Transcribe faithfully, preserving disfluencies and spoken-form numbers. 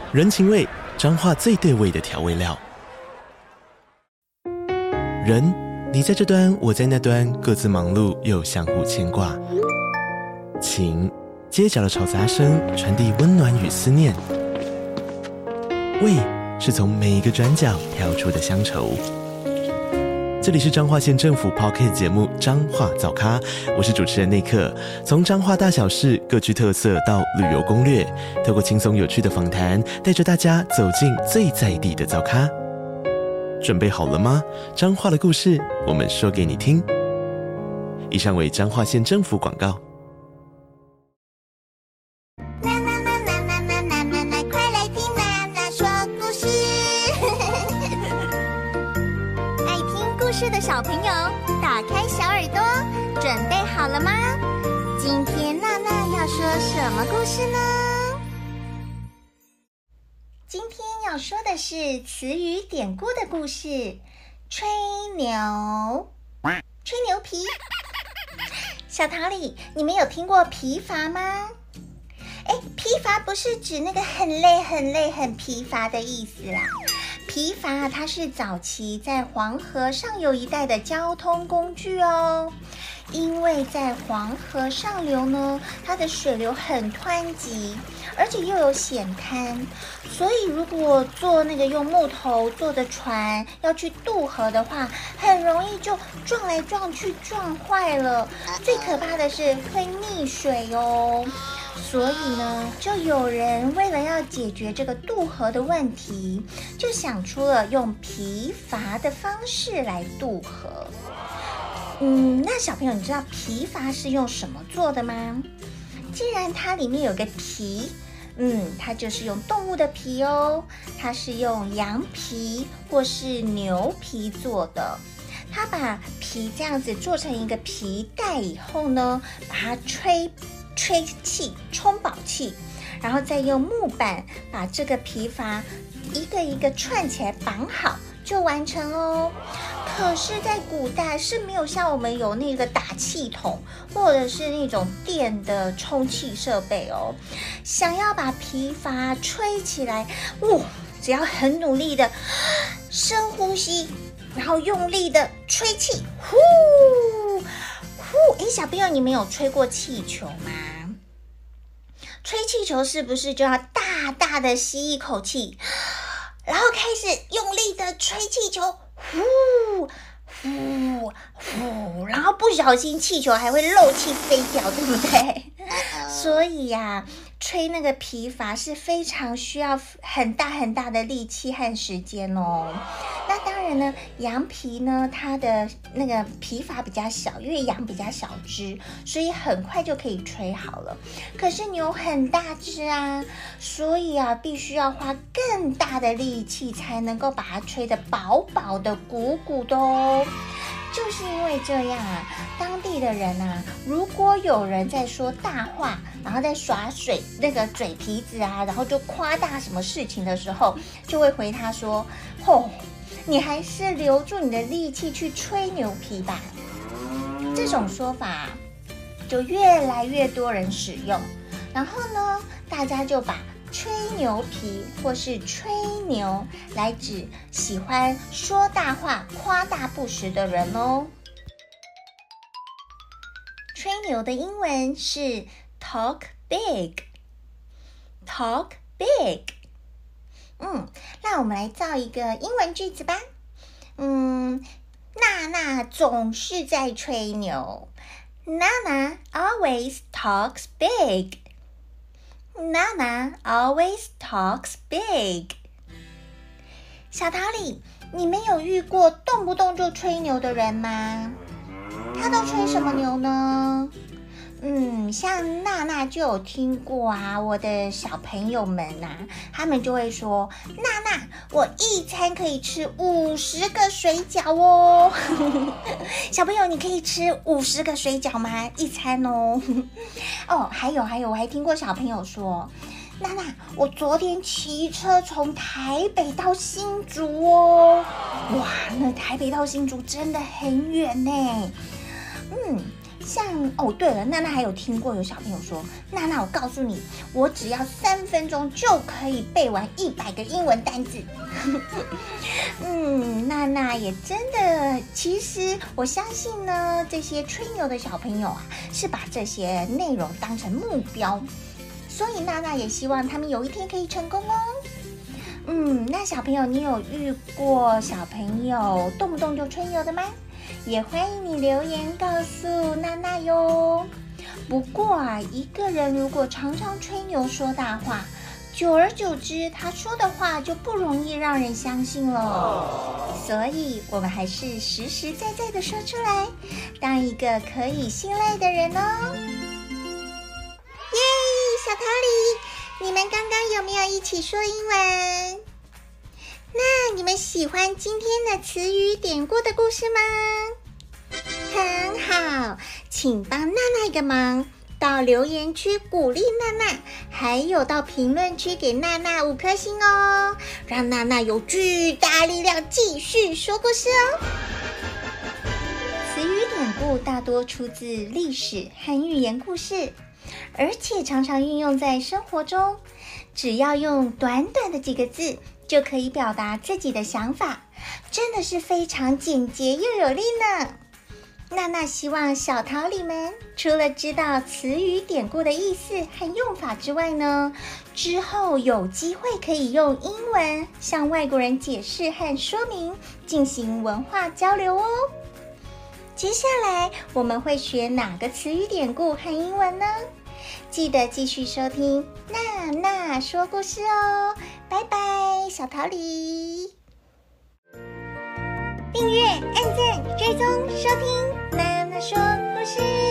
人情味，彰化最对味的调味料。人，你在这端，我在那端，各自忙碌又相互牵挂。情，街角的吵杂声传递温暖与思念。味，是从每一个转角跳出的乡愁。这里是彰化县政府 Podcast 节目《彰化早咖》，我是主持人内克。从彰化大小事各具特色到旅游攻略，透过轻松有趣的访谈，带着大家走进最在地的早咖。准备好了吗？彰化的故事，我们说给你听。以上为彰化县政府广告。 的小朋友，打开小耳朵，准备好了吗？今天娜娜要说什么故事呢？今天要说的是词语典故的故事。吹牛，吹牛皮。小桃李，你们有听过疲乏吗？哎，疲乏不是指那个很累很累很疲乏的意思啦。疲乏它是早期在黄河上游一带的交通工具哦，因为在黄河上流呢，它的水流很湍急，而且又有险滩，所以如果坐那个用木头做的船要去渡河的话，很容易就撞来撞去，撞坏了。最可怕的是会溺水哦。所以呢，就有人为了要解决这个渡河的问题，就想出了用疲乏的方式来渡河。嗯，那小朋友，你知道疲乏是用什么做的吗？既然它里面有个皮，嗯，它就是用动物的皮哦，它是用羊皮或是牛皮做的。它把皮这样子做成一个皮带以后呢，把它吹吹气，充饱气，然后再用木板把这个皮筏一个一个串起来绑好，就完成喽。可是在古代是没有像我们有那个打气筒或者是那种电的充气设备哦。想要把皮筏吹起来，哇，只要很努力的深呼吸，然后用力的吹气，呼呼。诶，小朋友，你们有吹过气球吗？吹气球是不是就要大大的吸一口气，然后开始用力的吹气球，呼呼呼，然后不小心气球还会漏气飞掉，对不对？所以呀、啊，吹那个皮筏是非常需要很大很大的力气和时间哦。那当然呢，羊皮呢，它的那个皮筏比较小，因为羊比较小只，所以很快就可以吹好了。可是牛很大只啊，所以啊，必须要花更大的力气才能够把它吹得饱饱的、鼓鼓的哦。就是因为这样啊，当地的人啊，如果有人在说大话，然后在耍水那个嘴皮子啊，然后就夸大什么事情的时候，就会回他说：“吼，你还是留住你的力气去吹牛皮吧。”这种说法就越来越多人使用，然后呢，大家就把吹牛皮或是吹牛来指喜欢说大话、夸大不实的人哦。吹牛的英文是 talk big。talk big。嗯，那我们来造一个英文句子吧。嗯，娜娜总是在吹牛。Nana always talks big.Nana always talks big。 小桃李，你们有遇过动不动就吹牛的人吗？他都吹什么牛呢？嗯，像娜娜就有听过啊，我的小朋友们啊，他们就会说：“娜娜，我一餐可以吃五十个水饺哦。”小朋友，你可以吃五十个水饺吗？一餐哦。哦，还有还有，我还听过小朋友说：“娜娜，我昨天骑车从台北到新竹哦。”哇，那台北到新竹真的很远呢。嗯。 像哦，对了，娜娜还有听过有小朋友说，娜娜，我告诉你，我只要三分钟就可以背完一百个英文单字。嗯，娜娜也真的，其实我相信呢，这些吹牛的小朋友啊，是把这些内容当成目标，所以娜娜也希望他们有一天可以成功哦。嗯，那小朋友，你有遇过小朋友动不动就吹牛的吗？也欢迎你留言告诉娜娜哟。不过啊，一个人如果常常吹牛说大话，久而久之，他说的话就不容易让人相信了。所以，我们还是实实在在的说出来，当一个可以信赖的人哦。耶，小桃李，你们刚刚有没有一起说英文？那你们喜欢今天的词语典故的故事吗？很好，请帮娜娜一个忙，到留言区鼓励娜娜，还有到评论区给娜娜五颗星哦，让娜娜有巨大力量继续说故事哦。词语典故大多出自历史和寓言故事，而且常常运用在生活中，只要用短短的几个字就可以表达自己的想法，真的是非常简洁又有力呢。娜娜希望小桃李们除了知道词语典故的意思和用法之外呢，之后有机会可以用英文向外国人解释和说明，进行文化交流哦。接下来我们会学哪个词语典故和英文呢？记得继续收听娜娜说故事哦，拜拜，小桃李。订阅、按赞、追踪、收听娜娜说故事。